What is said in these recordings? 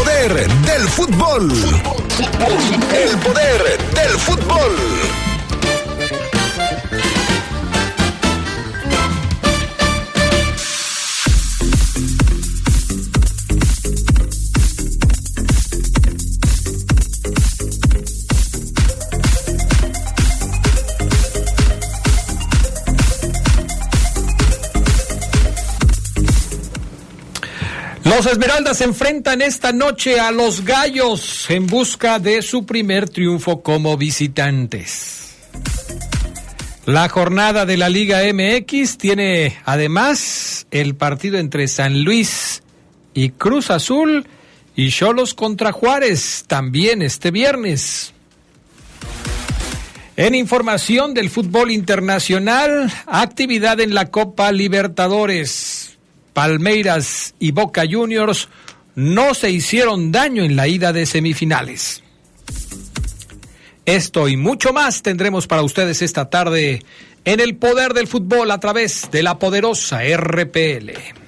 poder del fútbol. El poder del fútbol. Los Esmeraldas se enfrentan esta noche a los Gallos en busca de su primer triunfo como visitantes. La jornada de la Liga MX tiene además el partido entre San Luis y Cruz Azul y Xolos contra Juárez también este viernes. En información del fútbol internacional, actividad en la Copa Libertadores. Palmeiras y Boca Juniors no se hicieron daño en la ida de semifinales. Esto y mucho más tendremos para ustedes esta tarde en el poder del fútbol a través de la poderosa RPL.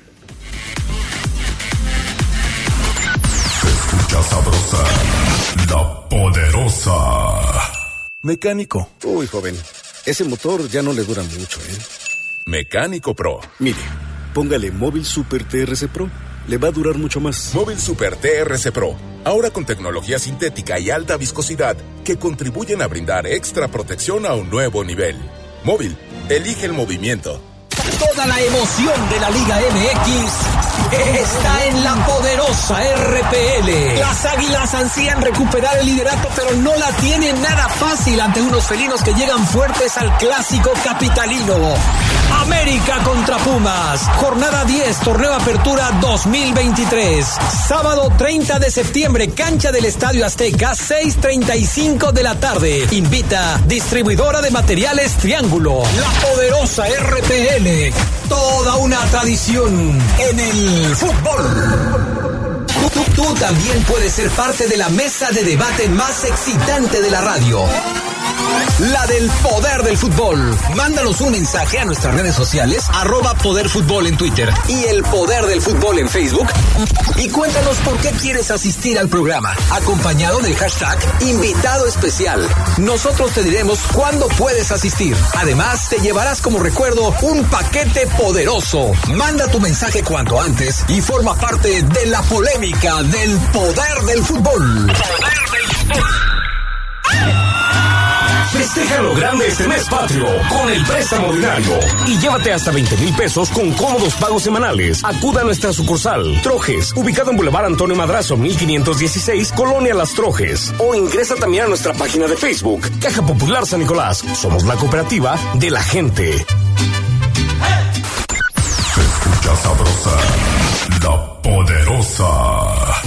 Se escucha sabrosa, la poderosa. Mecánico. Uy, joven, ese motor ya no le dura mucho, ¿eh? Mecánico Pro. Mire, póngale Móvil Super TRC Pro. Le va a durar mucho más. Móvil Super TRC Pro. Ahora con tecnología sintética y alta viscosidad que contribuyen a brindar extra protección a un nuevo nivel. Móvil, elige el movimiento. Toda la emoción de la Liga MX está en la poderosa RPL. Las Águilas ansían recuperar el liderato, pero no la tienen nada fácil ante unos felinos que llegan fuertes al clásico capitalino. América contra Pumas, jornada 10, torneo Apertura 2023. Sábado 30 de septiembre, cancha del Estadio Azteca, 6:35 de la tarde. Invita distribuidora de materiales Triángulo. La poderosa RPL, toda una tradición en el fútbol. Tú también puedes ser parte de la mesa de debate más excitante de la radio. La del poder del fútbol. Mándanos un mensaje a nuestras redes sociales, @poderfutbol en Twitter y el poder del fútbol en Facebook. Y cuéntanos por qué quieres asistir al programa, acompañado del hashtag invitado especial. Nosotros te diremos cuándo puedes asistir. Además, te llevarás como recuerdo un paquete poderoso. Manda tu mensaje cuanto antes y forma parte de la polémica del poder del fútbol. Festeja lo grande este mes patrio con el préstamo diario y llévate hasta 20,000 pesos con cómodos pagos semanales. Acuda a nuestra sucursal Trojes, ubicado en Boulevard Antonio Madrazo 1516, Colonia Las Trojes, o ingresa también a nuestra página de Facebook, Caja Popular San Nicolás. Somos la cooperativa de la gente. Se escucha sabrosa, la poderosa.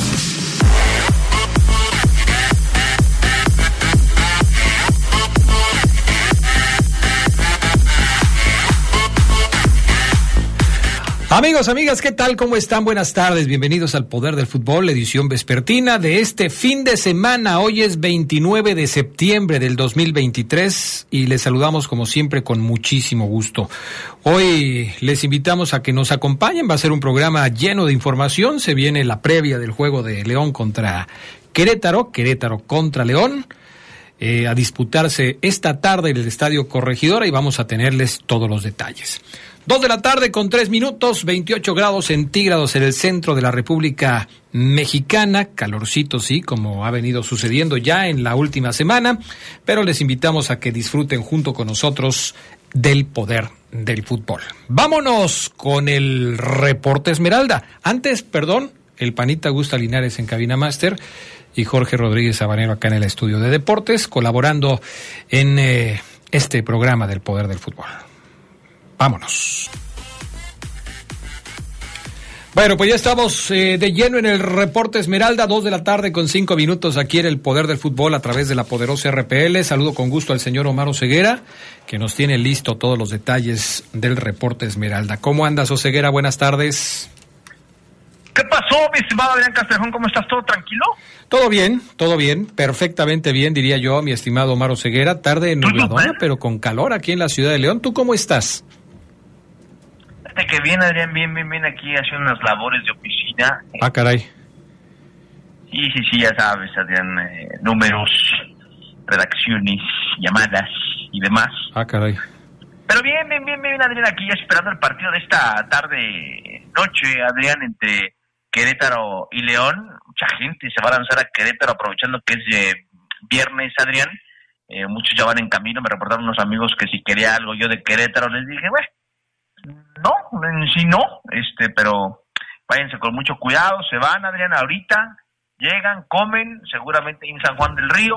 Amigos, amigas, ¿qué tal? ¿Cómo están? Buenas tardes, bienvenidos al Poder del Fútbol, edición vespertina de este fin de semana. Hoy es 29 de septiembre del 2023 y les saludamos como siempre con muchísimo gusto. Hoy les invitamos a que nos acompañen, va a ser un programa lleno de información. Se viene la previa del juego de León contra Querétaro contra León, a disputarse esta tarde en el Estadio Corregidora, y vamos a tenerles todos los detalles. 2 de la tarde con 3 minutos, 28 grados centígrados en el centro de la República Mexicana. Calorcito, sí, como ha venido sucediendo ya en la última semana, pero les invitamos a que disfruten junto con nosotros del poder del fútbol. Vámonos con el reporte Esmeralda. Antes, el panita Gusta Linares en Cabina Máster y Jorge Rodríguez Sabanero acá en el estudio de deportes, colaborando en este programa del poder del fútbol. Vámonos. Bueno, pues ya estamos de lleno en el reporte Esmeralda, 2 de la tarde con 5 minutos aquí en el Poder del Fútbol a través de la poderosa RPL. Saludo con gusto al señor Omar Oseguera, que nos tiene listo todos los detalles del reporte Esmeralda. ¿Cómo andas, Oseguera? Buenas tardes. ¿Qué pasó, mi estimado Adrián Castrejón? ¿Cómo estás? ¿Todo tranquilo? Todo bien, perfectamente bien, diría yo, mi estimado Omar Oseguera. Tarde nubladona, pero con calor aquí en la ciudad de León. ¿Tú cómo estás? Que bien, Adrián, bien aquí haciendo unas labores de oficina. Ah, caray. Sí, ya sabes, Adrián, números, redacciones, llamadas y demás. Ah, caray. Pero bien, Adrián, aquí ya esperando el partido de esta noche, Adrián, entre Querétaro y León. Mucha gente se va a lanzar a Querétaro aprovechando que es viernes, Adrián. Muchos ya van en camino, me reportaron unos amigos que si quería algo yo de Querétaro, les dije, no, en sí no, pero váyanse con mucho cuidado, se van, Adrián, ahorita, llegan, comen, seguramente en San Juan del Río,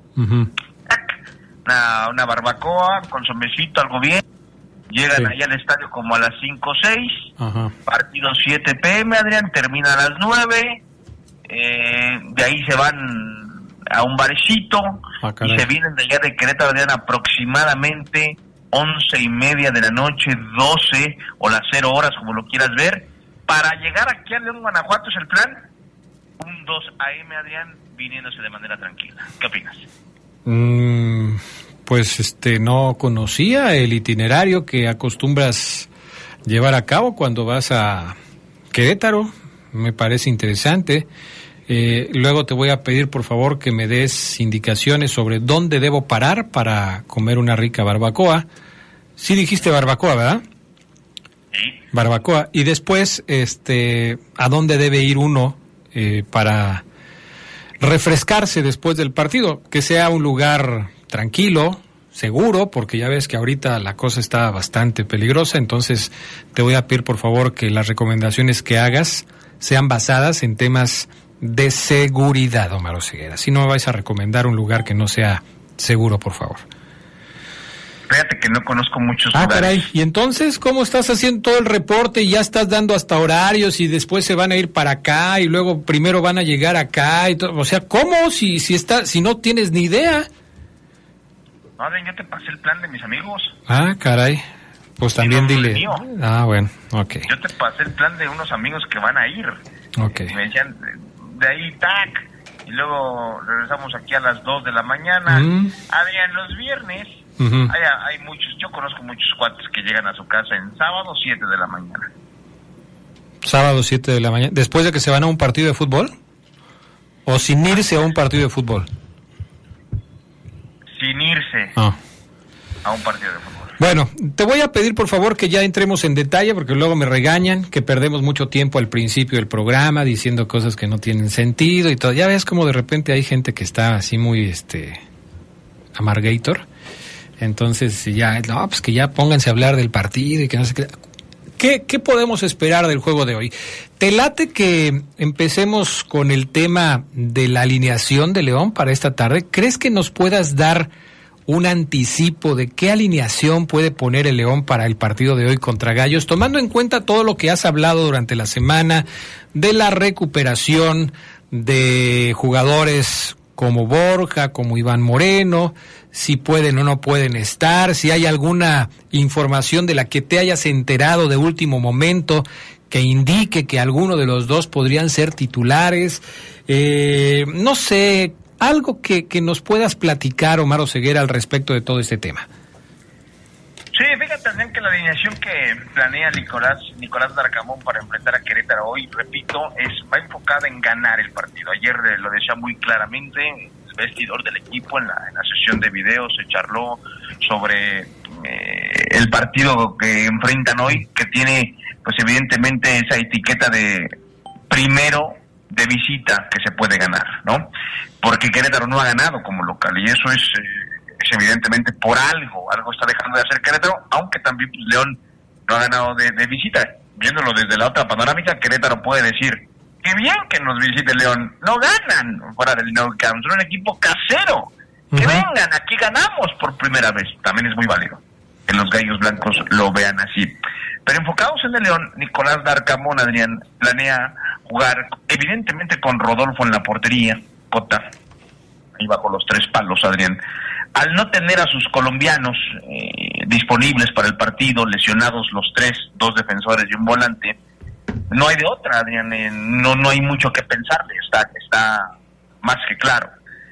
una barbacoa, consomecito, algo bien, llegan ahí al estadio como a las 5 o 6, partido 7 p.m., Adrián, termina a las 9, de ahí se van a un barecito y se vienen de allá de Querétaro, Adrián, aproximadamente 11:30 de la noche, 12 o las 0 horas, como lo quieras ver, para llegar aquí a León, Guanajuato. Es el plan, un 2 a.m., Adrián, viniéndose de manera tranquila. ¿Qué opinas? Pues no conocía el itinerario que acostumbras llevar a cabo cuando vas a Querétaro. Me parece interesante. Luego te voy a pedir, por favor, que me des indicaciones sobre dónde debo parar para comer una rica barbacoa. Sí dijiste barbacoa, ¿verdad? Sí. Barbacoa. Y después, ¿a dónde debe ir uno para refrescarse después del partido? Que sea un lugar tranquilo, seguro, porque ya ves que ahorita la cosa está bastante peligrosa. Entonces te voy a pedir, por favor, que las recomendaciones que hagas sean basadas en temas de seguridad, Omar Oseguera. Si no me vais a recomendar un lugar que no sea seguro, por favor. Fíjate que no conozco muchos lugares. Caray. Y entonces, ¿cómo estás haciendo todo el reporte y ya estás dando hasta horarios y después se van a ir para acá y luego primero van a llegar acá y todo? O sea, ¿cómo? Si no tienes ni idea. No, yo te pasé el plan de mis amigos. Ah, caray. Pues también dile. Mío. Ah, bueno, ok. Yo te pasé el plan de unos amigos que van a ir. Ok. Y me decían, de ahí, tac, y luego regresamos aquí a las 2 de la mañana. Adrián, los viernes, hay muchos, yo conozco muchos cuates que llegan a su casa en sábado 7 de la mañana. Sábado 7 de la mañana, ¿después de que se van a un partido de fútbol? ¿O sin irse a un partido de fútbol? Sin irse a un partido de fútbol. Bueno, te voy a pedir por favor que ya entremos en detalle porque luego me regañan que perdemos mucho tiempo al principio del programa diciendo cosas que no tienen sentido y todo. Ya ves como de repente hay gente que está así muy amargator. Entonces pues que ya pónganse a hablar del partido y que no sé qué. ¿Qué podemos esperar del juego de hoy? ¿Te late que empecemos con el tema de la alineación de León para esta tarde? ¿Crees que nos puedas dar un anticipo de qué alineación puede poner el León para el partido de hoy contra Gallos, tomando en cuenta todo lo que has hablado durante la semana, de la recuperación de jugadores como Borja, como Iván Moreno, si pueden o no pueden estar, si hay alguna información de la que te hayas enterado de último momento que indique que alguno de los dos podrían ser titulares, no sé, algo que nos puedas platicar, Omar Oseguera, al respecto de todo este tema. Sí, fíjate también que la alineación que planea Nicolás Larcamón para enfrentar a Querétaro hoy, repito, va enfocada en ganar el partido. Ayer lo decía muy claramente el vestidor del equipo en la sesión de videos, se charló sobre el partido que enfrentan hoy, que tiene pues evidentemente esa etiqueta de primero de visita que se puede ganar, ¿no? Porque Querétaro no ha ganado como local y eso es evidentemente por algo está dejando de hacer Querétaro, aunque también pues, León no ha ganado de visita. Viéndolo desde la otra panorámica, Querétaro puede decir, qué bien que nos visite León, no ganan fuera del Nou Camp, son un equipo casero, que vengan, aquí ganamos por primera vez, también es muy válido que los gallos blancos lo vean así. Pero enfocados en el León, Nicolás Larcamón, Adrián, planea jugar evidentemente con Rodolfo en la portería, Cota, ahí bajo los 3 palos, Adrián. Al no tener a sus colombianos disponibles para el partido, lesionados los 3, 2 defensores y un volante, no hay de otra, Adrián, no hay mucho que pensarle, está más que claro.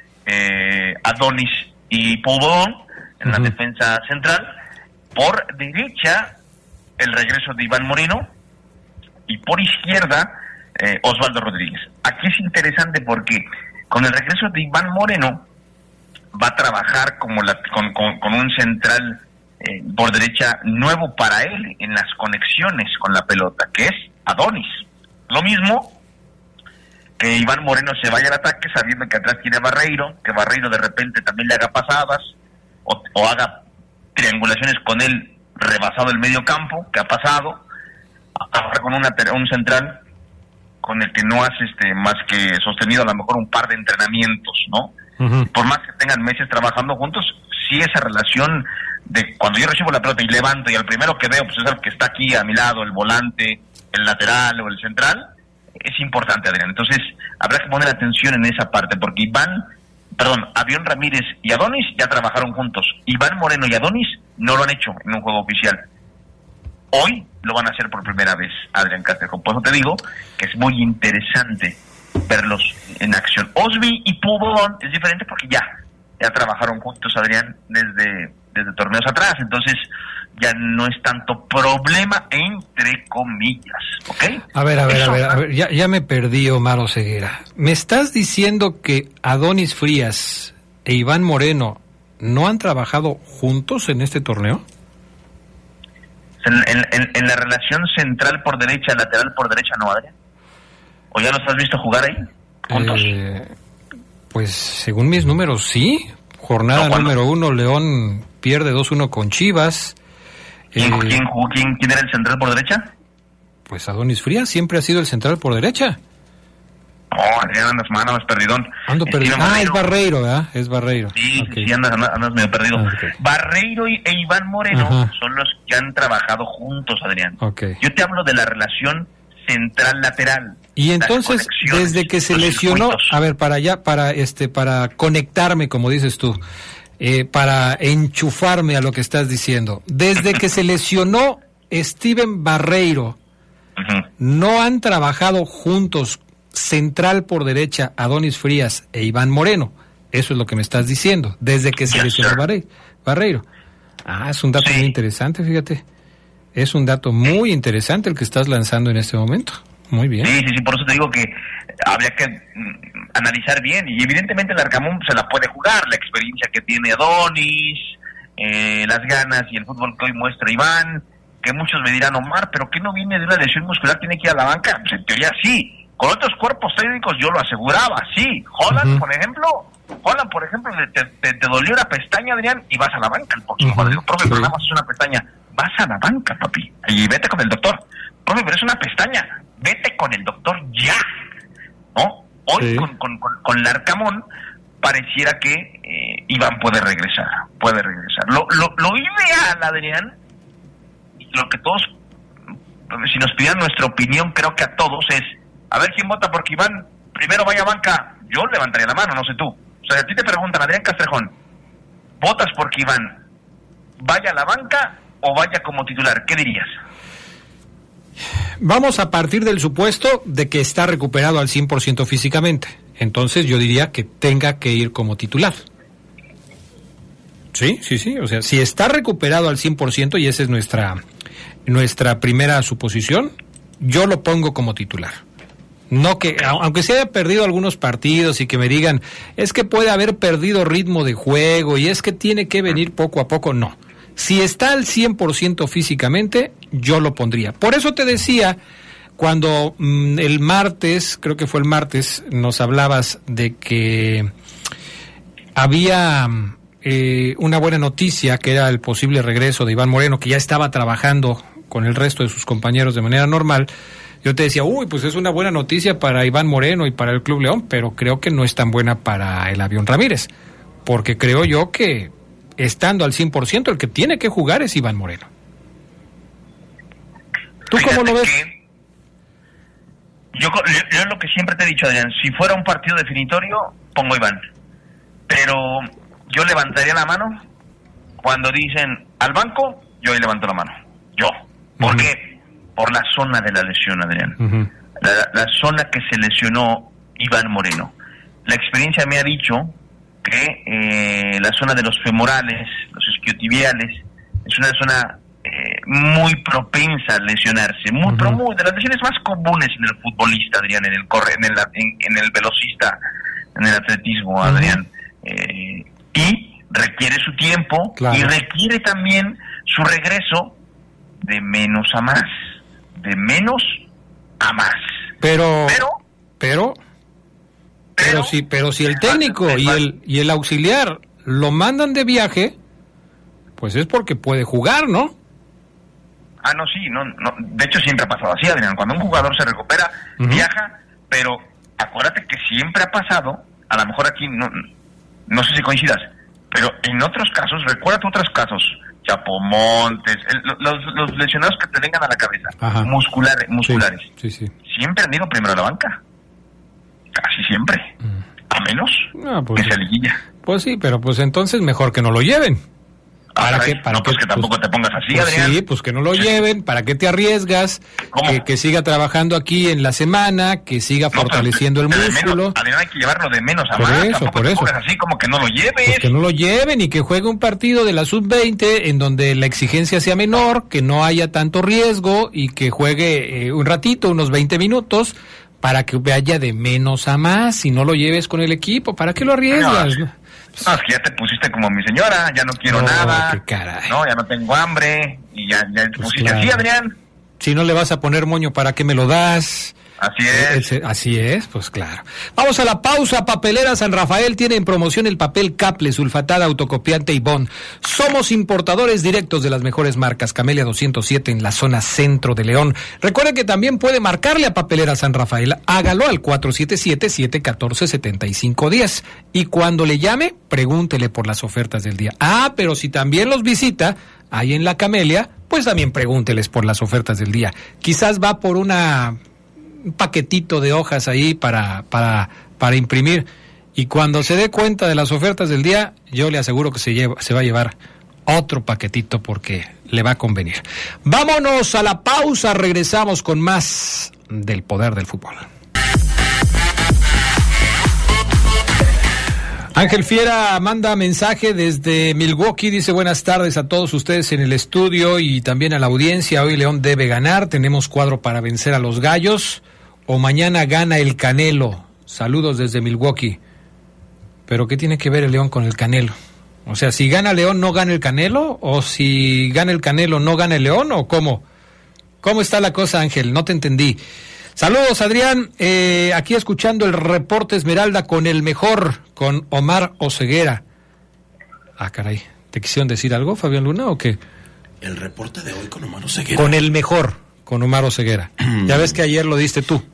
Adonis y Pubón en la defensa central, por derecha el regreso de Iván Moreno y por izquierda Osvaldo Rodríguez. Aquí es interesante porque con el regreso de Iván Moreno va a trabajar con un central por derecha nuevo para él en las conexiones con la pelota, que es Adonis. Lo mismo que Iván Moreno se vaya al ataque sabiendo que atrás tiene a Barreiro, que Barreiro de repente también le haga pasadas o haga triangulaciones con él rebasado el medio campo, que ha pasado, ahora con un central con el que no has más que sostenido a lo mejor un par de entrenamientos, ¿no? Uh-huh. Por más que tengan meses trabajando juntos, sí esa relación de cuando yo recibo la pelota y levanto y al primero que veo pues es el que está aquí a mi lado, el volante, el lateral o el central, es importante, Adrián. Entonces habrá que poner atención en esa parte, porque Avión Ramírez y Adonis ya trabajaron juntos. Iván Moreno y Adonis no lo han hecho en un juego oficial. Hoy lo van a hacer por primera vez, Adrián Castejón. Por eso te digo que es muy interesante verlos en acción. Osby y Pubón es diferente porque ya trabajaron juntos, Adrián, desde torneos atrás. Entonces ya no es tanto problema, entre comillas, ¿ok? A ver, ya me perdí, Omar Oseguera. ¿Me estás diciendo que Adonis Frías e Iván Moreno no han trabajado juntos en este torneo? En la relación central por derecha, lateral por derecha, ¿no, Adrián? ¿O ya los has visto jugar ahí juntos? Pues según mis números, sí. Jornada número 1, León pierde 2-1 con Chivas. ¿Quién era el central por derecha? Pues Adonis Frías siempre ha sido el central por derecha. No, Adrián, andas perdidón. Ando perdido. Es Barreiro, ¿verdad? Es Barreiro. Sí, okay. Sí, andas medio perdido. Okay. Barreiro e Iván Moreno son los que han trabajado juntos, Adrián. Okay. Yo te hablo de la relación central-lateral. Y entonces, desde que se lesionó, a ver, para conectarme, como dices tú, para enchufarme a lo que estás diciendo, desde que se lesionó Steven Barreiro, no han trabajado juntos central por derecha Adonis Frías e Iván Moreno. Eso es lo que me estás diciendo, desde que se lesionó Barreiro. Es un dato muy interesante, fíjate. Es un dato muy interesante el que estás lanzando en este momento. Muy bien. Sí, por eso te digo que habría que analizar bien, y evidentemente el Arcamón se la puede jugar, la experiencia que tiene Adonis, las ganas y el fútbol que hoy muestra Iván, que muchos me dirán, Omar, ¿pero qué no viene de una lesión muscular? ¿Tiene que ir a la banca? Pues en teoría sí. Con otros cuerpos técnicos yo lo aseguraba, sí. Holland, por ejemplo, te dolió la pestaña, Adrián, y vas a la banca. El próximo partido, profe, pero nada más es una pestaña. Vas a la banca, papi, y vete con el doctor. Profe, pero es una pestaña. Vete con el doctor ya, ¿no? Hoy con Larcamón pareciera que Iván puede regresar. Lo ideal, Adrián, lo que todos, si nos pidieran nuestra opinión, creo que a todos es, a ver quién vota porque Iván primero vaya a banca. Yo levantaría la mano, no sé tú. O sea, a ti te preguntan, Adrián Castrejón, ¿votas porque Iván vaya a la banca o vaya como titular? ¿Qué dirías? Vamos a partir del supuesto de que está recuperado al 100% físicamente. Entonces yo diría que tenga que ir como titular. Sí. O sea, si está recuperado al 100%, y esa es nuestra primera suposición, yo lo pongo como titular. No que, aunque se haya perdido algunos partidos y que me digan, es que puede haber perdido ritmo de juego y es que tiene que venir poco a poco, no. Si está al 100% físicamente, yo lo pondría. Por eso te decía, cuando el martes, creo que fue el martes, nos hablabas de que había una buena noticia, que era el posible regreso de Iván Moreno, que ya estaba trabajando con el resto de sus compañeros de manera normal. Yo te decía, pues es una buena noticia para Iván Moreno y para el Club León, pero creo que no es tan buena para el Avión Ramírez, porque creo yo que estando al 100%, el que tiene que jugar es Iván Moreno. ¿Tú cómo lo ves? Yo lo que siempre te he dicho, Adrián, si fuera un partido definitorio, pongo a Iván. Pero yo levantaría la mano cuando dicen al banco, yo ahí levanto la mano. Yo. ¿Por qué? Por la zona de la lesión, Adrián. La zona que se lesionó Iván Moreno. La experiencia me ha dicho que la zona de los femorales, los isquiotibiales, es una zona muy propensa a lesionarse, pero de las lesiones más comunes en el futbolista, Adrián, en el velocista, en el atletismo, Adrián, y requiere su tiempo, claro, y requiere también su regreso de menos a más, Pero si el técnico y el auxiliar lo mandan de viaje, pues es porque puede jugar, ¿no? No, sí, no. De hecho, siempre ha pasado así, Adrián. Cuando un jugador se recupera, viaja, pero acuérdate que siempre ha pasado, a lo mejor aquí no sé si coincidas, pero en otros casos, recuérdate otros casos, Chapomontes, los lesionados que te vengan a la cabeza, musculares, sí. Siempre han ido primero a la banca, casi siempre, a menos que se liguilla. Pues sí, pero pues entonces mejor que no lo lleven. ¿Para qué? Pues que tampoco te pongas así, pues Adrián. Sí, pues que no lo lleven, ¿para qué te arriesgas? Que siga trabajando aquí en la semana, que siga fortaleciendo el músculo. Adrián, hay que llevarlo de menos a más. Por eso. Así como que no lo lleves. Pues que no lo lleven y que juegue un partido de la sub-20 en donde la exigencia sea menor, que no haya tanto riesgo y que juegue un ratito, unos 20 minutos, para que vaya de menos a más y no lo lleves con el equipo. ¿Para qué lo arriesgas? Es que ya te pusiste como mi señora, ya no quiero nada, qué caray. No, ya no tengo hambre, y ya te pusiste así, Adrián. Si no le vas a poner moño, ¿para qué me lo das? Así es, pues claro. Vamos a la pausa. Papelera San Rafael tiene en promoción el papel Caple, sulfatada, autocopiante y bond. Somos importadores directos de las mejores marcas. Camelia 207 en la zona centro de León. Recuerde que también puede marcarle a Papelera San Rafael. Hágalo al 477-714-7510. Y cuando le llame, pregúntele por las ofertas del día. Pero si también los visita ahí en la Camelia, pues también pregúnteles por las ofertas del día. Quizás va por un paquetito de hojas ahí para imprimir, y cuando se dé cuenta de las ofertas del día, yo le aseguro que se va a llevar otro paquetito porque le va a convenir. Vámonos a la pausa, regresamos con más del poder del fútbol. Ángel Fiera manda mensaje desde Milwaukee, dice: buenas tardes a todos ustedes en el estudio y también a la audiencia. Hoy León debe ganar, tenemos cuadro para vencer a los Gallos, o mañana gana el Canelo. Saludos desde Milwaukee. ¿Pero qué tiene que ver el León con el Canelo? O sea, si gana León, ¿no gana el Canelo? ¿O si gana el Canelo, no gana el León? ¿O cómo? ¿Cómo está la cosa, Ángel? No te entendí. Saludos, Adrián, aquí escuchando el reporte Esmeralda con el mejor, con Omar Oseguera. Caray, ¿te quisieron decir algo, Fabián Luna, o qué? El reporte de hoy con Omar Oseguera. Con el mejor, con Omar Oseguera. Ya ves que ayer lo diste tú.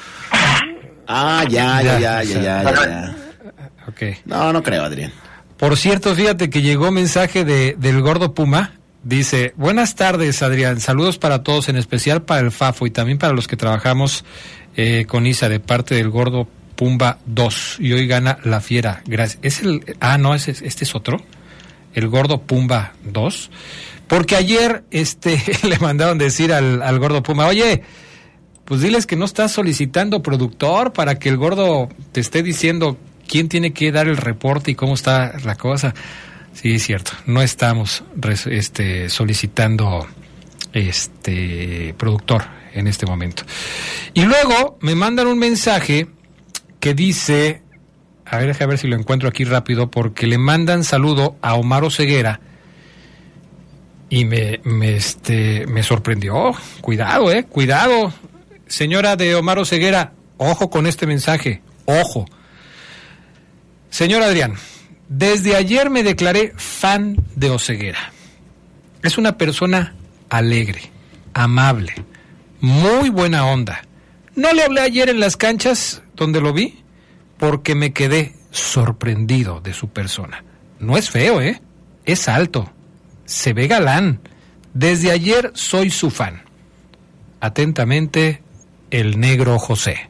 Ya. Okay. No creo, Adrián. Por cierto, fíjate que llegó mensaje del Gordo Puma. Dice: buenas tardes, Adrián, saludos para todos, en especial para el Fafo y también para los que trabajamos con Isa, de parte del Gordo Pumba 2, y hoy gana la Fiera. Gracias. Este es otro, el Gordo Pumba 2, porque ayer le mandaron decir al Gordo Pumba: oye, pues diles que no estás solicitando productor para que el Gordo te esté diciendo quién tiene que dar el reporte y cómo está la cosa. Sí, es cierto, no estamos solicitando productor en este momento. Y luego me mandan un mensaje que dice, déjame ver si lo encuentro aquí rápido, porque le mandan saludo a Omar Oseguera y me sorprendió. Cuidado, señora de Omar Oseguera, ojo con este mensaje, ojo. Señor Adrián, desde ayer me declaré fan de Oseguera. Es una persona alegre, amable, muy buena onda. No le hablé ayer en las canchas donde lo vi porque me quedé sorprendido de su persona. No es feo, es alto, se ve galán. Desde ayer soy su fan. Atentamente, el Negro José.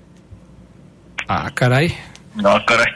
Caray. No, caray.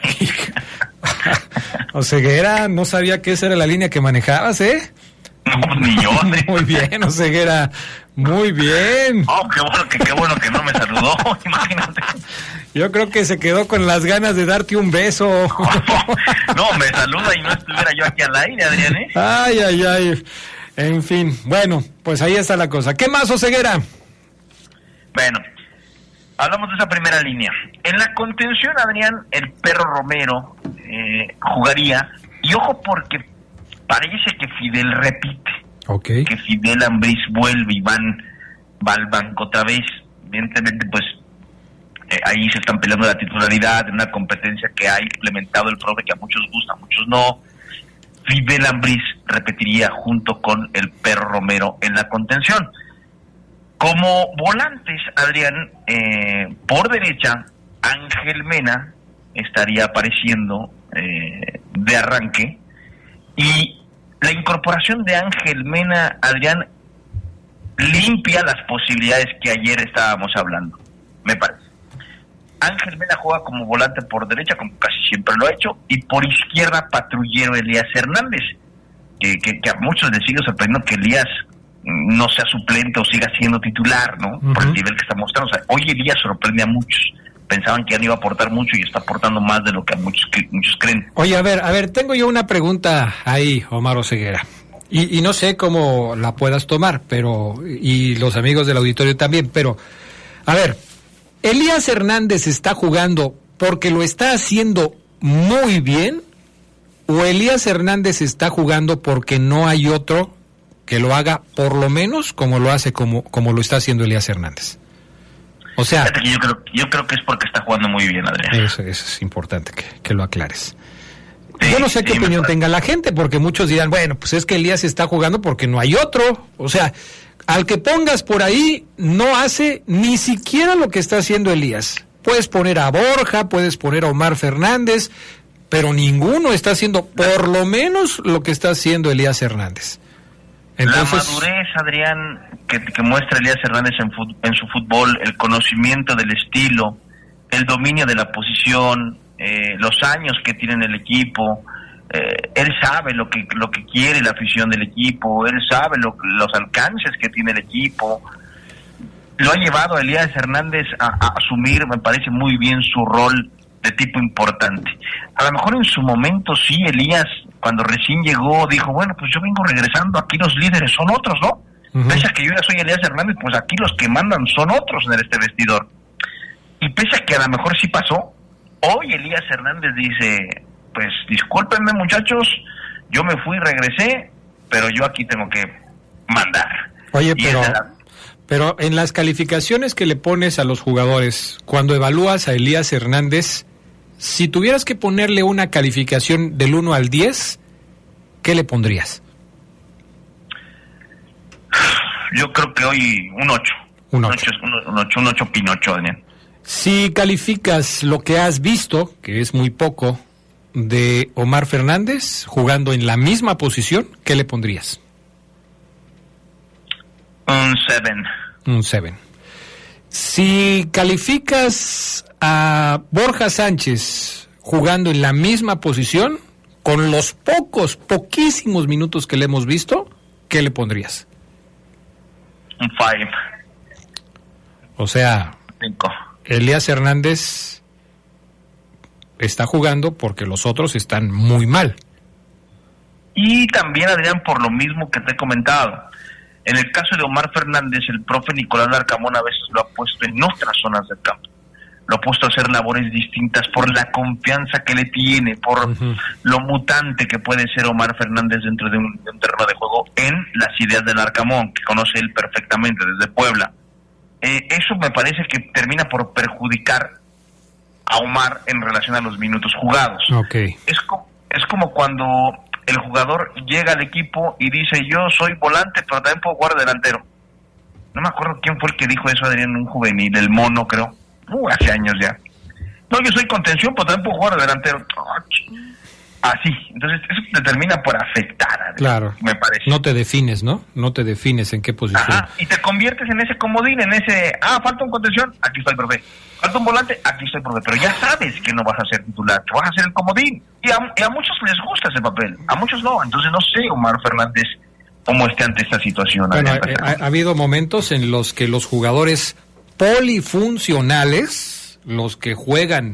Oseguera, no sabía que esa era la línea que manejabas, No, ni yo. Muy bien, Oseguera, muy bien. Qué bueno que no me saludó, imagínate. Yo creo que se quedó con las ganas de darte un beso. No, me saluda y no estuviera yo aquí al aire, Adrián, Ay. En fin, bueno, pues ahí está la cosa. ¿Qué más, Oseguera? Bueno, hablamos de esa primera línea. En la contención, Adrián, el Perro Romero jugaría. Y ojo, porque parece que Fidel repite. Okay. Que Fidel Ambriz vuelve y va al banco otra vez. Evidentemente, pues ahí se están peleando la titularidad en una competencia que ha implementado el profe, que a muchos gusta, a muchos no. Fidel Ambriz repetiría junto con el Perro Romero en la contención. Como volantes, Adrián, por derecha, Ángel Mena estaría apareciendo de arranque, y la incorporación de Ángel Mena, Adrián, limpia las posibilidades que ayer estábamos hablando, me parece. Ángel Mena juega como volante por derecha, como casi siempre lo ha hecho, y por izquierda patrullero Elías Hernández, que a muchos les sigue sorprendiendo que Elías no sea suplente o siga siendo titular, ¿no? Uh-huh. Por el nivel que está mostrando. O sea, hoy Elías sorprende a muchos. Pensaban que ya no iba a aportar mucho y está aportando más de lo que muchos creen. Oye, a ver, tengo yo una pregunta ahí, Omar Oseguera. Y no sé cómo la puedas tomar, pero y los amigos del auditorio también, pero a ver, ¿Elías Hernández está jugando porque lo está haciendo muy bien, o Elías Hernández está jugando porque no hay otro que lo haga por lo menos como lo hace, como lo está haciendo Elías Hernández? O sea, yo creo que es porque está jugando muy bien, Adrián. Eso es importante que lo aclares. Sí, yo no sé qué opinión tenga la gente, porque muchos dirán, bueno, pues es que Elías está jugando porque no hay otro. O sea, al que pongas por ahí no hace ni siquiera lo que está haciendo Elías. Puedes poner a Borja, puedes poner a Omar Fernández, pero ninguno está haciendo por lo menos lo que está haciendo Elías Hernández. Entonces, la madurez, Adrián, que muestra Elías Hernández en su fútbol, el conocimiento del estilo, el dominio de la posición, los años que tiene en el equipo, él sabe lo que quiere la afición del equipo, él sabe los alcances que tiene el equipo. Lo ha llevado a Elías Hernández a asumir, me parece muy bien, su rol de tipo importante. A lo mejor en su momento sí, Elías, cuando recién llegó, dijo, bueno, pues yo vengo regresando, aquí los líderes son otros, ¿no? Uh-huh. Pese a que yo ya soy Elías Hernández, pues aquí los que mandan son otros en este vestidor. Y pese a que a lo mejor sí pasó, hoy Elías Hernández dice, pues discúlpenme muchachos, yo me fui y regresé, pero yo aquí tengo que mandar. Oye, pero en las calificaciones que le pones a los jugadores, cuando evalúas a Elías Hernández, si tuvieras que ponerle una calificación del 1 al 10, ¿qué le pondrías? Yo creo que hoy un 8. Un 8 Pinocho, Daniel. Si calificas lo que has visto, que es muy poco, de Omar Fernández jugando en la misma posición, ¿qué le pondrías? Un 7. Un 7. Si calificas a Borja Sánchez jugando en la misma posición, con los poquísimos minutos que le hemos visto, ¿qué le pondrías? Un 5. O sea, 5. Elías Hernández está jugando porque los otros están muy mal. Y también, Adrián, por lo mismo que te he comentado, en el caso de Omar Fernández, el profe Nicolás Larcamón a veces lo ha puesto en otras zonas del campo. Lo ha puesto a hacer labores distintas por la confianza que le tiene, por lo mutante que puede ser Omar Fernández dentro de un terreno de juego en las ideas del Larcamón, que conoce él perfectamente desde Puebla. Eso me parece que termina por perjudicar a Omar en relación a los minutos jugados. Okay. Es como cuando el jugador llega al equipo y dice, yo soy volante, pero también puedo jugar delantero. No me acuerdo quién fue el que dijo eso, Adrián, un juvenil, el Mono, creo. Hace años ya. No, yo soy contención, pero también puedo jugar delantero. Así. Entonces, eso te termina por afectar, Adrián, claro, me parece. No te defines, ¿no? No te defines en qué posición. Ajá, y te conviertes en ese comodín, en ese, falta un contención, aquí estoy, profe. Falta un volante, aquí estoy, profe. Pero ya sabes que no vas a ser titular, que vas a ser el comodín. Y a muchos les gusta ese papel, a muchos no. Entonces, no sé, Omar Fernández, cómo esté ante esta situación. Bueno, ha habido momentos en los que los jugadores polifuncionales, los que juegan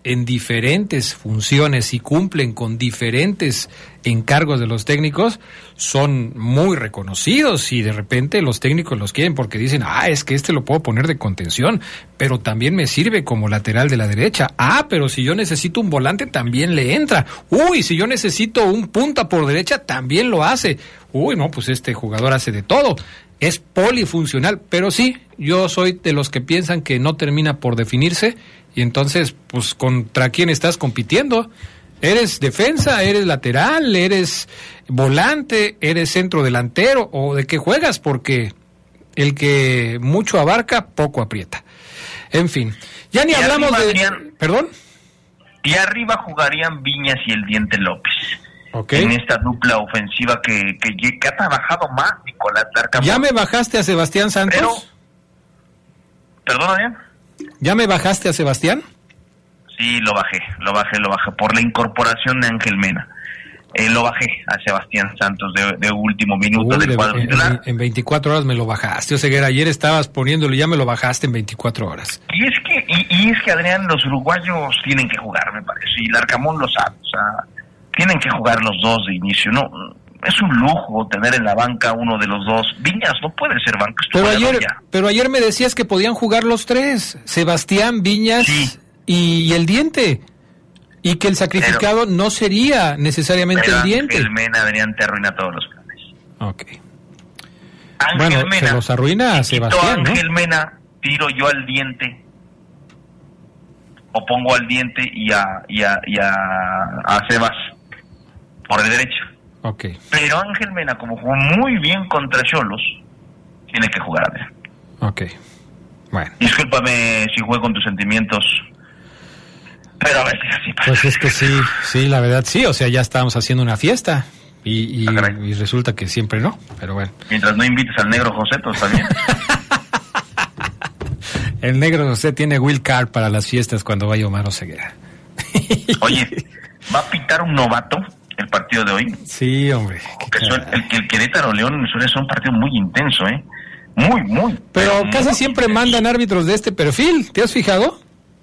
en diferentes funciones y cumplen con diferentes encargos de los técnicos, son muy reconocidos y de repente los técnicos los quieren porque dicen, es que lo puedo poner de contención, pero también me sirve como lateral de la derecha. Pero si yo necesito un volante también le entra. Si yo necesito un punta por derecha también lo hace. No, pues este jugador hace de todo. Es polifuncional, pero sí, yo soy de los que piensan que no termina por definirse y entonces, pues, ¿contra quién estás compitiendo? ¿Eres defensa, eres lateral, eres volante, eres centro delantero o de qué juegas? Porque el que mucho abarca, poco aprieta. En fin, ya ni hablamos de... ¿Perdón? Y arriba jugarían Viñas y el Diente López. Okay. En esta dupla ofensiva que ha trabajado más Nicolás Larcamón. ¿Ya me bajaste a Sebastián Santos? ¿Perdón, Adrián? ¿Ya me bajaste a Sebastián? Sí, lo bajé por la incorporación de Ángel Mena. Lo bajé a Sebastián Santos de último minuto del cuadro titular. En 24 horas me lo bajaste, Oseguera. Ayer estabas poniéndolo y ya me lo bajaste en 24 horas. Y es que Adrián, los uruguayos tienen que jugar, me parece, y Larcamón lo sabe, o sea, tienen que jugar los dos de inicio, ¿no? Es un lujo tener en la banca uno de los dos. Viñas no puede ser banca. Pero ayer me decías que podían jugar los tres, Sebastián, Viñas y el Diente, y que el sacrificado no sería necesariamente el Diente. Ángel Mena, Adrián, te arruina todos los planes. Ok. Ángel Mena, se los arruina a Sebastián, Ángel Mena, tiro yo al Diente, o pongo al Diente y a Sebas por el derecho. Okay. Pero Ángel Mena, como jugó muy bien contra Xolos, tiene que jugar, Adrián. Ok. Bueno. Discúlpame si juego con tus sentimientos, pero a veces así pasa. Pues es que sí, la verdad sí, o sea, ya estábamos haciendo una fiesta y resulta que siempre no, pero bueno. Mientras no invites al negro José, todo está bien. El negro José tiene Will Card para las fiestas cuando vaya Omar Oseguera. Oye, ¿va a pitar un novato el partido de hoy? Sí, hombre. El Querétaro León suele ser un partido muy intenso, muy. Pero casi siempre mandan árbitros de este perfil, ¿te has fijado?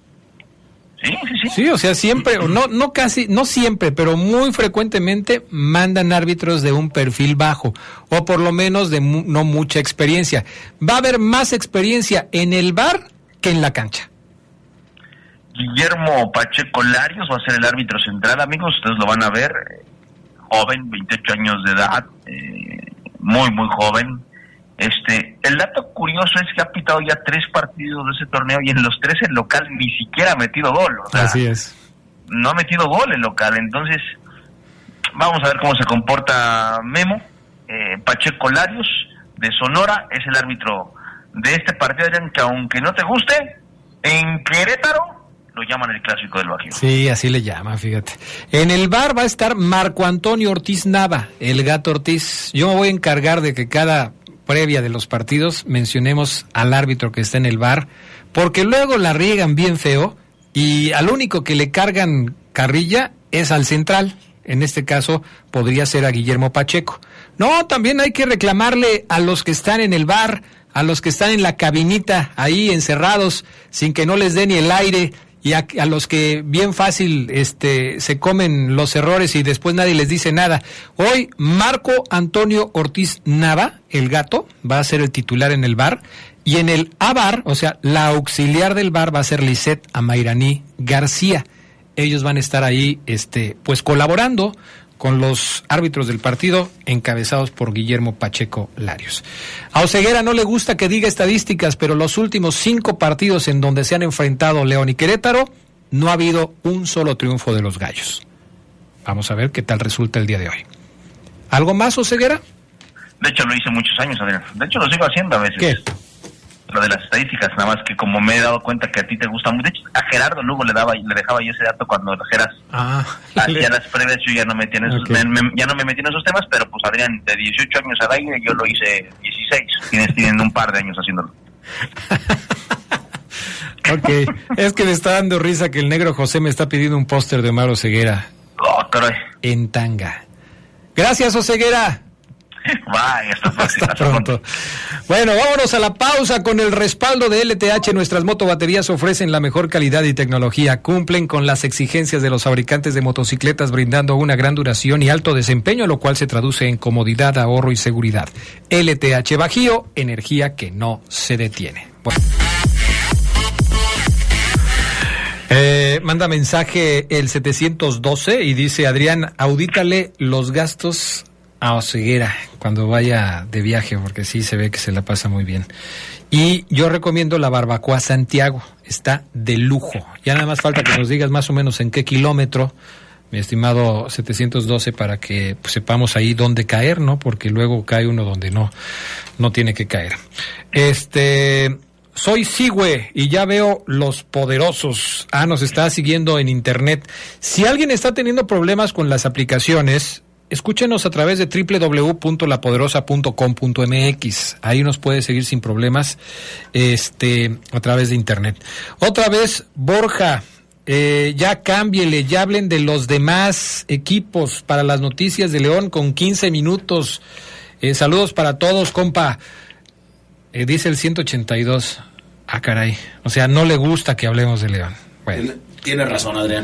Sí. Sí, o sea, siempre, no siempre, pero muy frecuentemente mandan árbitros de un perfil bajo, o por lo menos de no mucha experiencia. Va a haber más experiencia en el VAR que en la cancha. Guillermo Pacheco Larios va a ser el árbitro central, amigos, ustedes lo van a ver, joven, 28 años de edad, muy joven. El dato curioso es que ha pitado ya 3 partidos de ese torneo y en los 3 el local ni siquiera ha metido gol. O sea, así es. No ha metido gol el local, entonces vamos a ver cómo se comporta Memo. Pacheco Larios de Sonora es el árbitro de este partido, que aunque no te guste, en Querétaro lo llaman el clásico del Bajío. Sí, así le llaman, fíjate. En el VAR va a estar Marco Antonio Ortiz Nava, el Gato Ortiz. Yo me voy a encargar de que cada previa de los partidos mencionemos al árbitro que está en el VAR, porque luego la riegan bien feo y al único que le cargan carrilla es al central. En este caso podría ser a Guillermo Pacheco. No, también hay que reclamarle a los que están en el VAR, a los que están en la cabinita ahí encerrados sin que no les dé ni el aire, y a los que bien fácil se comen los errores y después nadie les dice nada. Hoy Marco Antonio Ortiz Nava, el Gato, va a ser el titular en el VAR, y en el AVAR, o sea, la auxiliar del VAR va a ser Lisette Amairaní García. Ellos van a estar ahí pues colaborando con los árbitros del partido, encabezados por Guillermo Pacheco Larios. A Oseguera no le gusta que diga estadísticas, pero los últimos 5 partidos en donde se han enfrentado León y Querétaro, no ha habido un solo triunfo de los Gallos. Vamos a ver qué tal resulta el día de hoy. ¿Algo más, Oseguera? De hecho, lo hice muchos años, Adrián. De hecho, lo sigo haciendo a veces. ¿Qué? Lo de las estadísticas, nada más que como me he dado cuenta que a ti te gusta mucho. De hecho, a Gerardo Lugo le dejaba yo ese dato cuando Geras hacía las previas. Yo ya no me metí en esos, ya no me metí en esos temas, pero pues Adrián, de 18 años al aire, yo lo hice 16. Tienen un par de años haciéndolo. Ok, es que me está dando risa que el negro José me está pidiendo un póster de Omar Oseguera. Oh, caray. En tanga. Gracias, Oseguera. Bye, hasta pronto. Bueno, vámonos a la pausa. Con el respaldo de LTH, nuestras motobaterías ofrecen la mejor calidad y tecnología. Cumplen con las exigencias de los fabricantes de motocicletas, brindando una gran duración y alto desempeño, lo cual se traduce en comodidad, ahorro y seguridad. LTH Bajío, energía que no se detiene. Bueno. Manda mensaje el 712 y dice: Adrián, audítale los gastos a Oseguera cuando vaya de viaje, porque sí se ve que se la pasa muy bien. Y yo recomiendo la Barbacoa Santiago, está de lujo. Ya nada más falta que nos digas más o menos en qué kilómetro, mi estimado 712, para que pues, sepamos ahí dónde caer, ¿no? Porque luego cae uno donde no tiene que caer. Soy Sigüe y ya veo Los Poderosos. Nos está siguiendo en internet. Si alguien está teniendo problemas con las aplicaciones, escúchenos a través de www.lapoderosa.com.mx. Ahí nos puede seguir sin problemas a través de internet. Otra vez, Borja, ya cámbiele, ya hablen de los demás equipos para las noticias de León con 15 minutos. Saludos para todos, compa. Dice el 182. Caray. O sea, no le gusta que hablemos de León. Bueno. Tiene razón, Adrián.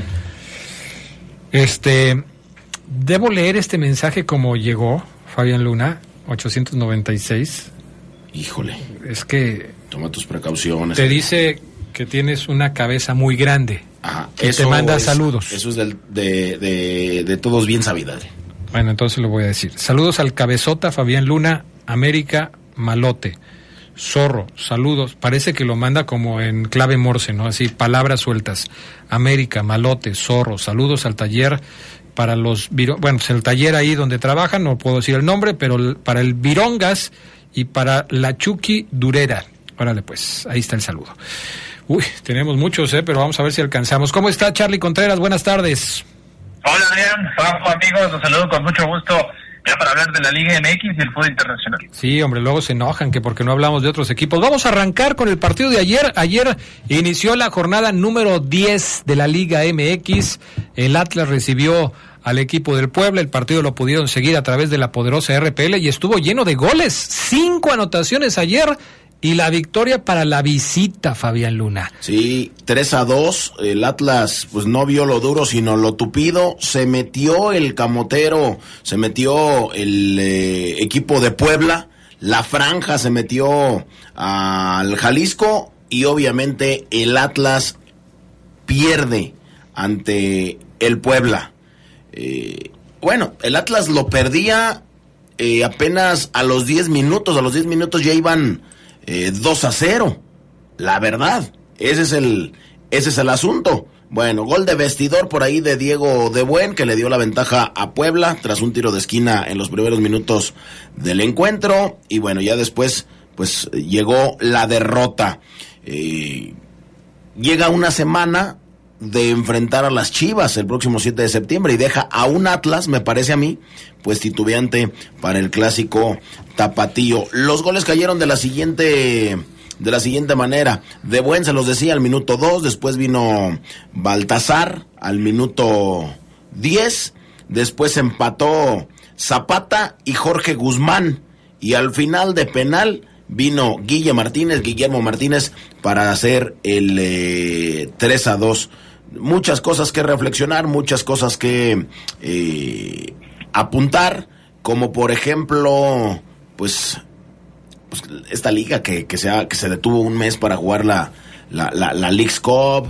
Debo leer este mensaje como llegó, Fabián Luna, 896. Híjole. Es que... Toma tus precauciones. Te dice que tienes una cabeza muy grande. Ajá. Y te manda saludos. Eso es de todos bien sabida, Adrián. Bueno, entonces lo voy a decir. Saludos al cabezota Fabián Luna, América, Malote. Zorro, saludos. Parece que lo manda como en clave Morse, ¿no? Así, palabras sueltas. América, Malote, Zorro, saludos al taller para los... Bueno, pues el taller ahí donde trabajan, no puedo decir el nombre, pero para el Virongas y para la Chucky Durera. Órale, pues, ahí está el saludo. Uy, tenemos muchos, pero vamos a ver si alcanzamos. ¿Cómo está Charlie Contreras? Buenas tardes. Hola, Adrián. Juanjo, amigos, los saludo con mucho gusto. Ya para hablar de la Liga MX y el fútbol internacional. Sí, hombre, luego se enojan que porque no hablamos de otros equipos. Vamos a arrancar con el partido de ayer. Ayer inició la jornada número 10 de la Liga MX. El Atlas recibió al equipo del Puebla. El partido lo pudieron seguir a través de la poderosa RPL y estuvo lleno de goles. 5 anotaciones ayer y la victoria para la visita, Fabián Luna. Sí, 3-2, el Atlas pues no vio lo duro sino lo tupido, se metió el camotero, se metió el equipo de Puebla, la franja se metió al Jalisco y obviamente el Atlas pierde ante el Puebla. Bueno, el Atlas lo perdía apenas a los 10 minutos ya iban 2-0, la verdad, ese es el asunto. Bueno, gol de vestidor por ahí de Diego de Buen, que le dio la ventaja a Puebla tras un tiro de esquina en los primeros minutos del encuentro, y bueno, ya después pues llegó la derrota. Llega una semana de enfrentar a las Chivas el próximo 7 de septiembre y deja a un Atlas, me parece a mí, pues titubeante para el clásico tapatío. Los goles cayeron de la siguiente manera. De Buen se los decía al minuto 2, después vino Baltasar al minuto 10, después empató Zapata y Jorge Guzmán, y al final de penal vino Guillermo Martínez para hacer el 3-2. Muchas cosas que reflexionar, muchas cosas que apuntar, como por ejemplo, pues esta liga que se detuvo un mes para jugar la Leagues Cup,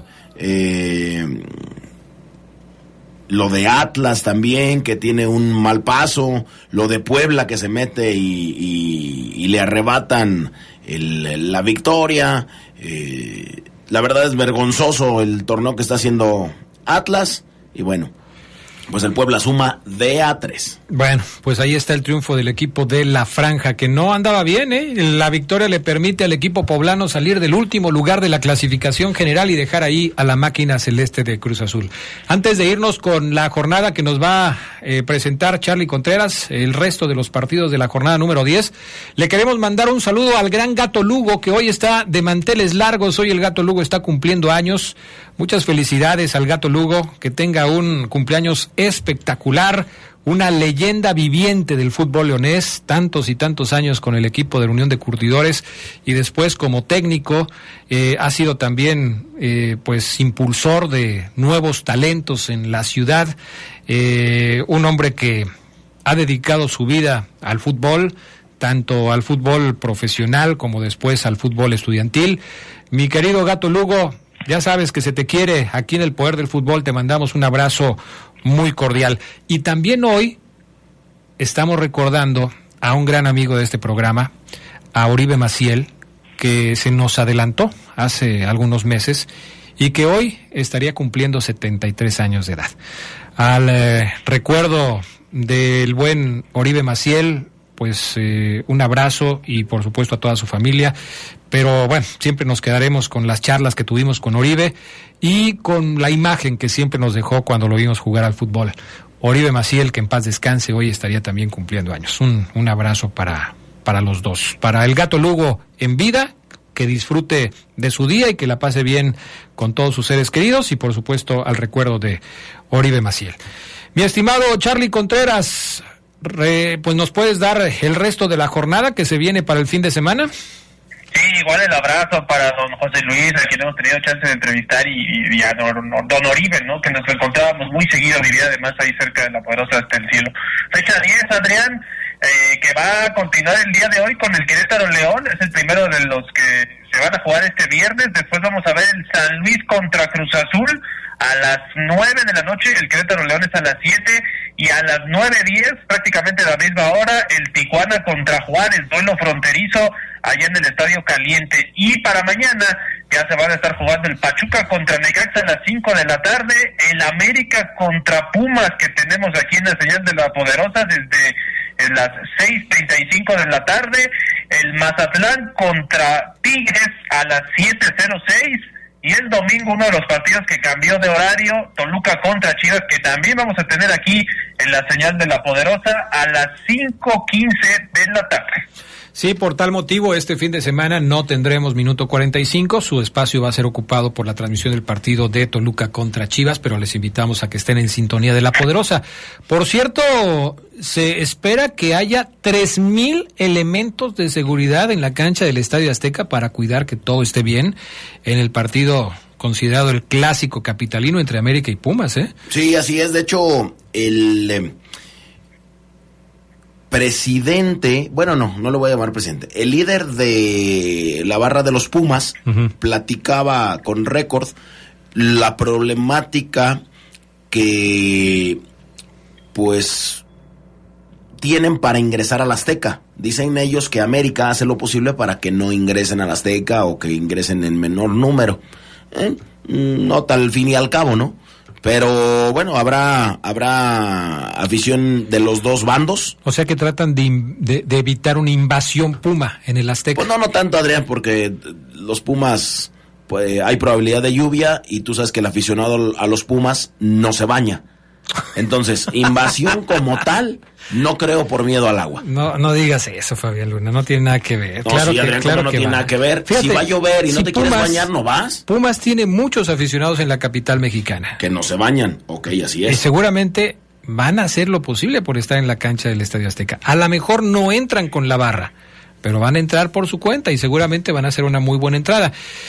lo de Atlas también, que tiene un mal paso, lo de Puebla que se mete y le arrebatan la victoria. La verdad es vergonzoso el torneo que está haciendo Atlas, y bueno, pues el Puebla suma de a 3. Bueno, pues ahí está el triunfo del equipo de La Franja, que no andaba bien, La victoria le permite al equipo poblano salir del último lugar de la clasificación general y dejar ahí a la máquina celeste de Cruz Azul. Antes de irnos con la jornada que nos va a presentar Charlie Contreras, el resto de los partidos de la jornada número 10, le queremos mandar un saludo al gran Gato Lugo, que hoy está de manteles largos. Hoy el Gato Lugo está cumpliendo años. Muchas felicidades al Gato Lugo, que tenga un cumpleaños espectacular, una leyenda viviente del fútbol leonés, tantos y tantos años con el equipo de la Unión de Curtidores y después como técnico ha sido también pues impulsor de nuevos talentos en la ciudad, un hombre que ha dedicado su vida al fútbol, tanto al fútbol profesional como después al fútbol estudiantil. Mi querido Gato Lugo, ya sabes que se te quiere aquí en el Poder del Fútbol, te mandamos un abrazo muy cordial. Y también hoy estamos recordando a un gran amigo de este programa, a Oribe Maciel, que se nos adelantó hace algunos meses y que hoy estaría cumpliendo 73 años de edad. Al recuerdo del buen Oribe Maciel, pues un abrazo y por supuesto a toda su familia, pero bueno, siempre nos quedaremos con las charlas que tuvimos con Oribe y con la imagen que siempre nos dejó cuando lo vimos jugar al fútbol. Oribe Maciel, que en paz descanse, hoy estaría también cumpliendo años. Un abrazo para los dos. Para el Gato Lugo en vida, que disfrute de su día y que la pase bien con todos sus seres queridos y por supuesto al recuerdo de Oribe Maciel. Mi estimado Charlie Contreras, pues nos puedes dar el resto de la jornada que se viene para el fin de semana. Sí, igual el abrazo para don José Luis, a quien hemos tenido chance de entrevistar, y a don Oribe, ¿no? Que nos encontrábamos muy seguido, vivía además ahí cerca de la Poderosa hasta el cielo. Fecha 10, Adrián, que va a continuar el día de hoy con el Querétaro León, es el primero de los que se van a jugar este viernes. Después vamos a ver el San Luis contra Cruz Azul a las 9 de la noche, el Querétaro León es a las 7, y a las 9:10, prácticamente a la misma hora, el Tijuana contra Juárez, duelo fronterizo allá en el Estadio Caliente. Y para mañana ya se van a estar jugando el Pachuca contra Necaxa a las 5 de la tarde, el América contra Pumas, que tenemos aquí en la señal de la Poderosa desde las 6:35 de la tarde, el Mazatlán contra Tigres a las 7:06, y el domingo uno de los partidos que cambió de horario, Toluca contra Chivas, que también vamos a tener aquí en la señal de la Poderosa a las 5:15 de la tarde. Sí, por tal motivo, este fin de semana no tendremos Minuto 45, su espacio va a ser ocupado por la transmisión del partido de Toluca contra Chivas, pero les invitamos a que estén en sintonía de La Poderosa. Por cierto, se espera que haya 3,000 elementos de seguridad en la cancha del Estadio Azteca para cuidar que todo esté bien en el partido considerado el clásico capitalino entre América y Pumas, ¿eh? Sí, así es. De hecho, el presidente, bueno, no lo voy a llamar presidente, el líder de la barra de los Pumas platicaba con Récord la problemática que pues tienen para ingresar al Azteca. Dicen ellos que América hace lo posible para que no ingresen al Azteca o que ingresen en menor número. Nota al fin y al cabo, ¿no? Pero bueno, habrá afición de los dos bandos. O sea que tratan de evitar una invasión Puma en el Azteca. Pues no tanto, Adrián, porque los Pumas, pues hay probabilidad de lluvia y tú sabes que el aficionado a los Pumas no se baña. Entonces, invasión como tal, no creo por miedo al agua. No digas eso, Fabián Luna, no tiene nada que ver. No, claro sí, Adrián, no tiene nada que ver. Fíjate, si va a llover y no te quieres bañar, ¿no vas? Pumas tiene muchos aficionados en la capital mexicana. Que no se bañan, ok, así es. Y seguramente van a hacer lo posible por estar en la cancha del Estadio Azteca. A lo mejor no entran con la barra, pero van a entrar por su cuenta y seguramente van a hacer una muy buena entrada.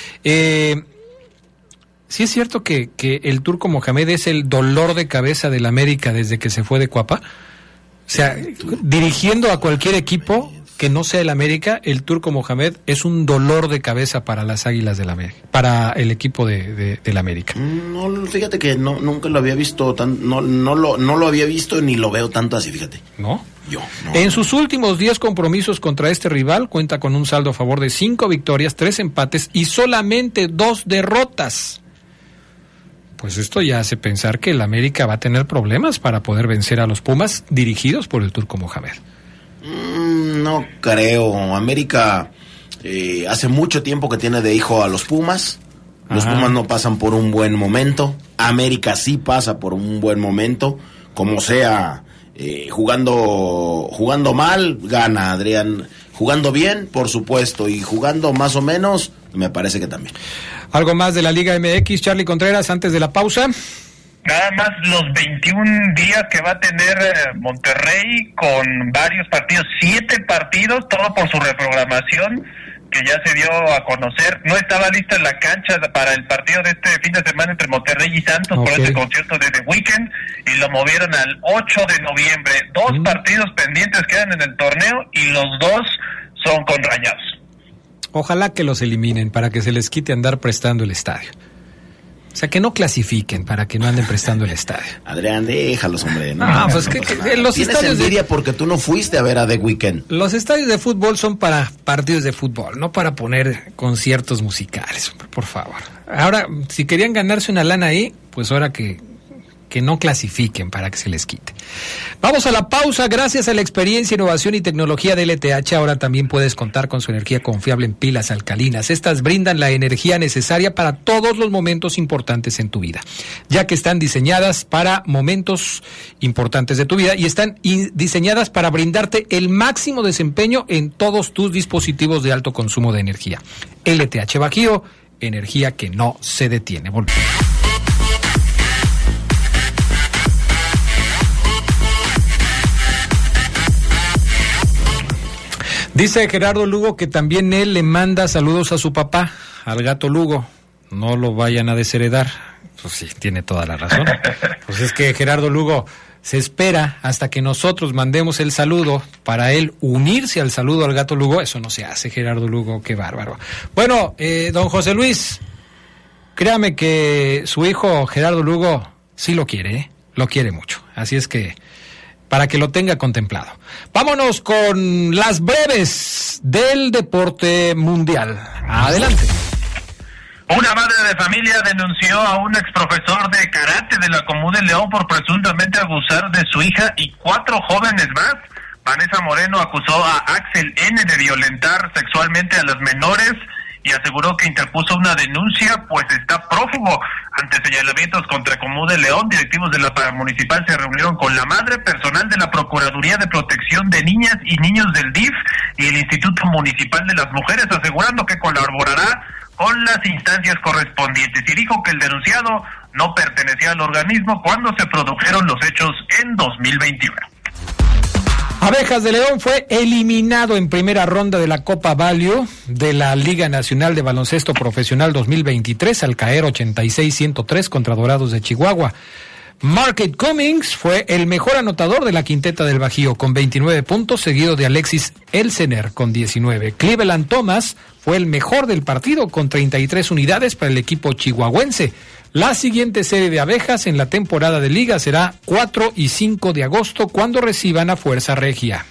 ¿Sí es cierto que el Turco Mohamed es el dolor de cabeza del América desde que se fue de Cuapa? O sea, dirigiendo a cualquier equipo que no sea el América, el Turco Mohamed es un dolor de cabeza para las Águilas del América, para el equipo del América. No, fíjate que nunca lo había visto no lo había visto ni lo veo tanto así, fíjate. ¿No? Yo. No. En sus últimos 10 compromisos contra este rival, cuenta con un saldo a favor de 5 victorias, 3 empates y solamente 2 derrotas. Pues esto ya hace pensar que el América va a tener problemas para poder vencer a los Pumas dirigidos por el Turco Mohamed. No creo. América hace mucho tiempo que tiene de hijo a los Pumas. Los Pumas no pasan por un buen momento. América sí pasa por un buen momento. Como sea, jugando mal, gana, Adrián. Jugando bien, por supuesto. Y jugando más o menos, me parece que también. ¿Algo más de la Liga MX, Charlie Contreras, antes de la pausa? Nada más los 21 días que va a tener Monterrey con varios partidos, 7 partidos, todo por su reprogramación, que ya se dio a conocer. No estaba lista la cancha para el partido de este fin de semana entre Monterrey y Santos por este concierto de The Weeknd, y lo movieron al 8 de noviembre. 2 partidos pendientes quedan en el torneo y los 2 son con Rayados. Ojalá que los eliminen para que se les quite andar prestando el estadio. O sea, que no clasifiquen para que no anden prestando el estadio. Adrián, déjalos, hombre. Pues que los tienes estadios envidia porque tú no fuiste a ver a The Weeknd. Los estadios de fútbol son para partidos de fútbol, no para poner conciertos musicales, hombre, por favor. Ahora, si querían ganarse una lana ahí, pues ahora que no clasifiquen para que se les quite. Vamos a la pausa. Gracias a la experiencia, innovación y tecnología de LTH, ahora también puedes contar con su energía confiable en pilas alcalinas. Estas brindan la energía necesaria para todos los momentos importantes en tu vida, ya que están diseñadas para momentos importantes de tu vida y están diseñadas para brindarte el máximo desempeño en todos tus dispositivos de alto consumo de energía. LTH Bajío, energía que no se detiene. Volvemos. Dice Gerardo Lugo que también él le manda saludos a su papá, al gato Lugo. No lo vayan a desheredar. Pues sí, tiene toda la razón. Pues es que Gerardo Lugo se espera hasta que nosotros mandemos el saludo para él unirse al saludo al gato Lugo. Eso no se hace, Gerardo Lugo, qué bárbaro. Bueno, don José Luis, créame que su hijo Gerardo Lugo sí lo quiere, lo quiere mucho. Así es que para que lo tenga contemplado. Vámonos con las breves del deporte mundial. Adelante. Una madre de familia denunció a un exprofesor de karate de la Comú de León por presuntamente abusar de su hija y 4 jóvenes más. Vanessa Moreno acusó a Axel N. de violentar sexualmente a las menores y aseguró que interpuso una denuncia, pues está prófugo. Ante señalamientos contra Comú de León, directivos de la municipal se reunieron con la madre, personal de la Procuraduría de Protección de Niñas y Niños del DIF y el Instituto Municipal de las Mujeres, asegurando que colaborará con las instancias correspondientes, y dijo que el denunciado no pertenecía al organismo cuando se produjeron los hechos en 2021. Abejas de León fue eliminado en primera ronda de la Copa Value de la Liga Nacional de Baloncesto Profesional 2023 al caer 86-103 contra Dorados de Chihuahua. Market Cummings fue el mejor anotador de la quinteta del Bajío con 29 puntos, seguido de Alexis Elsener con 19. Cleveland Thomas fue el mejor del partido con 33 unidades para el equipo chihuahuense. La siguiente serie de abejas en la temporada de liga será 4 y 5 de agosto cuando reciban a Fuerza Regia.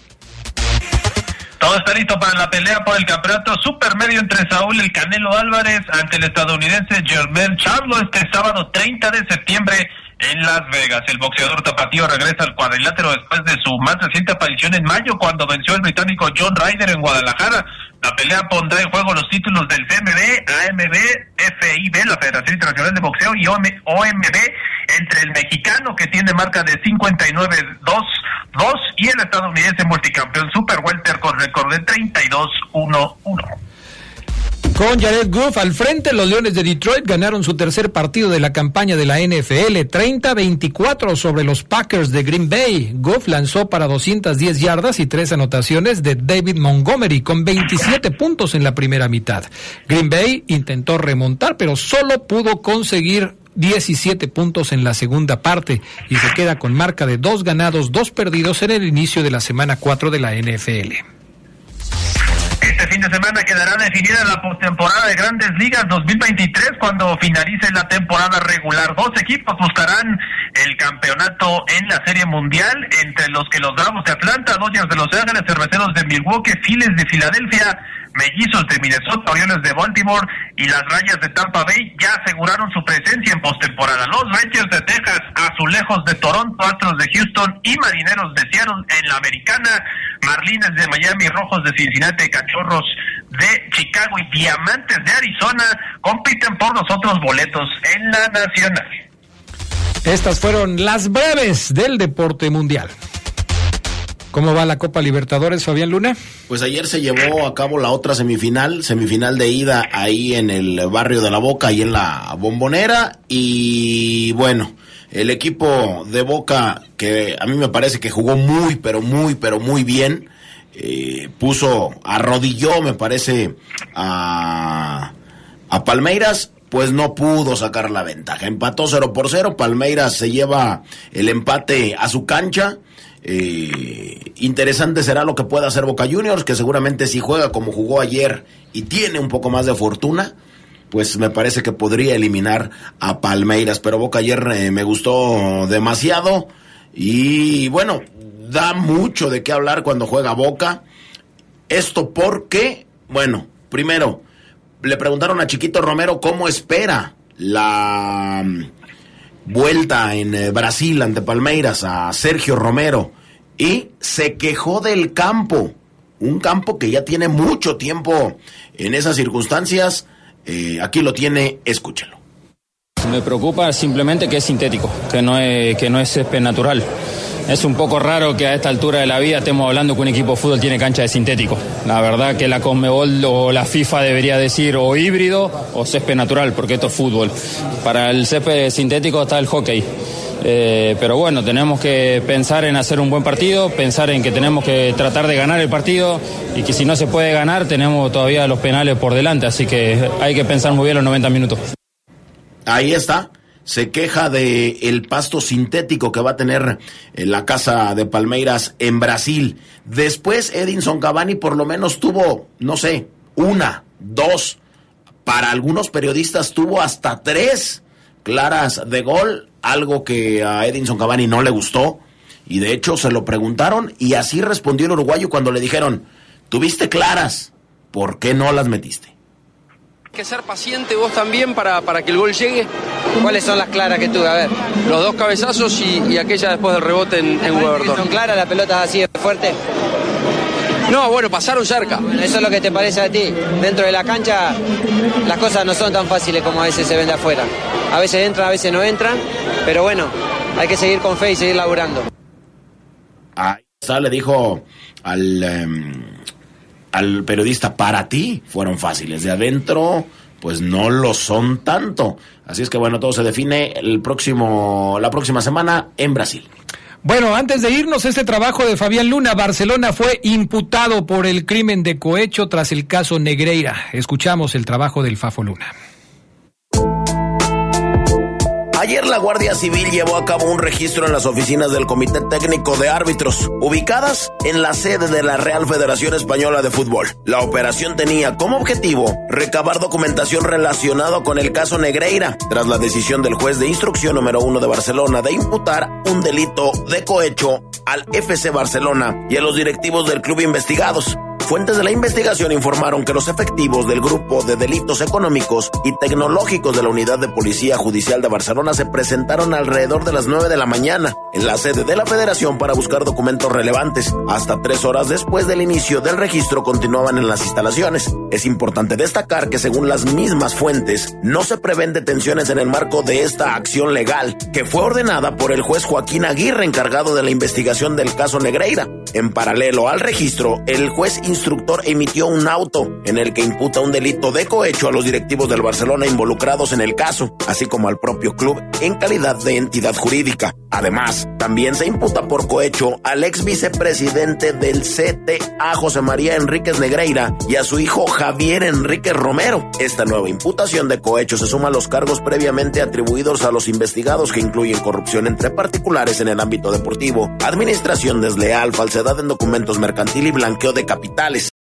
Todo está listo para la pelea por el campeonato supermedio entre Saúl El Canelo Álvarez ante el estadounidense Jermell Charlo este sábado 30 de septiembre en Las Vegas. El boxeador tapatío regresa al cuadrilátero después de su más reciente aparición en mayo cuando venció al británico John Ryder en Guadalajara. La pelea pondrá en juego los títulos del FMB, AMB, FIB, la Federación Internacional de Boxeo, y OMB, entre el mexicano, que tiene marca de 59-2-2, y el estadounidense multicampeón super welter con récord de 32-1-1. Con Jared Goff al frente, los Leones de Detroit ganaron su tercer partido de la campaña de la NFL, 30-24 sobre los Packers de Green Bay. Goff lanzó para 210 yardas y 3 anotaciones de David Montgomery, con 27 puntos en la primera mitad. Green Bay intentó remontar, pero solo pudo conseguir 17 puntos en la segunda parte y se queda con marca de 2 ganados, 2 perdidos en el inicio de la semana 4 de la NFL. Este fin de semana quedará definida la postemporada de Grandes Ligas 2023 cuando finalice la temporada regular. 2 equipos buscarán el campeonato en la Serie Mundial, entre los que los Bravos de Atlanta, Dodgers de Los Ángeles, Cerveceros de Milwaukee, Phillies de Filadelfia, Mellizos de Minnesota, Orioles de Baltimore y las Rayas de Tampa Bay ya aseguraron su presencia en postemporada. Los Rangers de Texas, Azulejos de Toronto, Astros de Houston y Marineros de Seattle en la Americana, Marlins de Miami, Rojos de Cincinnati, Cachorros de Chicago y Diamantes de Arizona compiten por los otros boletos en la Nacional. Estas fueron las breves del deporte mundial. ¿Cómo va la Copa Libertadores, Fabián Luna? Pues ayer se llevó a cabo la otra semifinal de ida ahí en el barrio de La Boca, ahí en la Bombonera, y bueno, el equipo de Boca, que a mí me parece que jugó muy bien, arrodilló, me parece, a Palmeiras, pues no pudo sacar la ventaja. Empató 0-0, Palmeiras se lleva el empate a su cancha. Interesante será lo que pueda hacer Boca Juniors, que seguramente si juega como jugó ayer y tiene un poco más de fortuna, pues me parece que podría eliminar a Palmeiras. Pero Boca ayer me gustó demasiado y bueno, da mucho de qué hablar cuando juega Boca. Esto porque, bueno, primero le preguntaron a Chiquito Romero cómo espera la vuelta en Brasil ante Palmeiras a Sergio Romero, y se quejó del campo, un campo que ya tiene mucho tiempo en esas circunstancias. Aquí lo tiene, escúchelo. Me preocupa simplemente que es sintético, que no es césped natural. Es un poco raro que a esta altura de la vida estemos hablando que un equipo de fútbol tiene cancha de sintético. La verdad que la Conmebol o la FIFA debería decir o híbrido o césped natural, porque esto es fútbol. Para el césped sintético está el hockey. Pero bueno, tenemos que pensar en hacer un buen partido, pensar en que tenemos que tratar de ganar el partido y que si no se puede ganar tenemos todavía los penales por delante, así que hay que pensar muy bien los 90 minutos. Ahí está. Se queja de el pasto sintético que va a tener la casa de Palmeiras en Brasil. Después Edinson Cavani por lo menos tuvo, no sé, 1, 2, para algunos periodistas tuvo hasta 3 claras de gol, algo que a Edinson Cavani no le gustó, y de hecho se lo preguntaron y así respondió el uruguayo cuando le dijeron: tuviste claras, ¿por qué no las metiste? Hay que ser paciente vos también para que el gol llegue. ¿Cuáles son las claras que tuve? A ver. Los 2 cabezazos y aquella después del rebote en Weberton. ¿Son claras las pelotas así de fuerte? No, bueno, pasaron cerca. Bueno, eso es lo que te parece a ti. Dentro de la cancha las cosas no son tan fáciles como a veces se ven de afuera. A veces entran, a veces no entran, pero bueno, hay que seguir con fe y seguir laburando. Ahí está, le dijo al periodista: para ti fueron fáciles, de adentro pues no lo son tanto. Así es que bueno, todo se define la próxima semana en Brasil. Bueno, antes de irnos, este trabajo de Fabián Luna. Barcelona fue imputado por el crimen de cohecho tras el caso Negreira. Escuchamos el trabajo del Fafo Luna. Ayer la Guardia Civil llevó a cabo un registro en las oficinas del Comité Técnico de Árbitros, ubicadas en la sede de la Real Federación Española de Fútbol. La operación tenía como objetivo recabar documentación relacionada con el caso Negreira, tras la decisión del juez de instrucción número 1 de Barcelona de imputar un delito de cohecho al FC Barcelona y a los directivos del club investigados. Fuentes de la investigación informaron que los efectivos del Grupo de Delitos Económicos y Tecnológicos de la Unidad de Policía Judicial de Barcelona se presentaron alrededor de las 9 de la mañana en la sede de la Federación para buscar documentos relevantes. Hasta 3 horas después del inicio del registro continuaban en las instalaciones. Es importante destacar que según las mismas fuentes, no se prevén detenciones en el marco de esta acción legal, que fue ordenada por el juez Joaquín Aguirre, encargado de la investigación del caso Negreira. En paralelo al registro, el juez instructor emitió un auto en el que imputa un delito de cohecho a los directivos del Barcelona involucrados en el caso, así como al propio club en calidad de entidad jurídica. Además, también se imputa por cohecho al ex vicepresidente del CTA, José María Enríquez Negreira, y a su hijo Javier Enríquez Romero. Esta nueva imputación de cohecho se suma a los cargos previamente atribuidos a los investigados, que incluyen corrupción entre particulares en el ámbito deportivo, administración desleal, falsedad en documentos mercantil y blanqueo de capitales.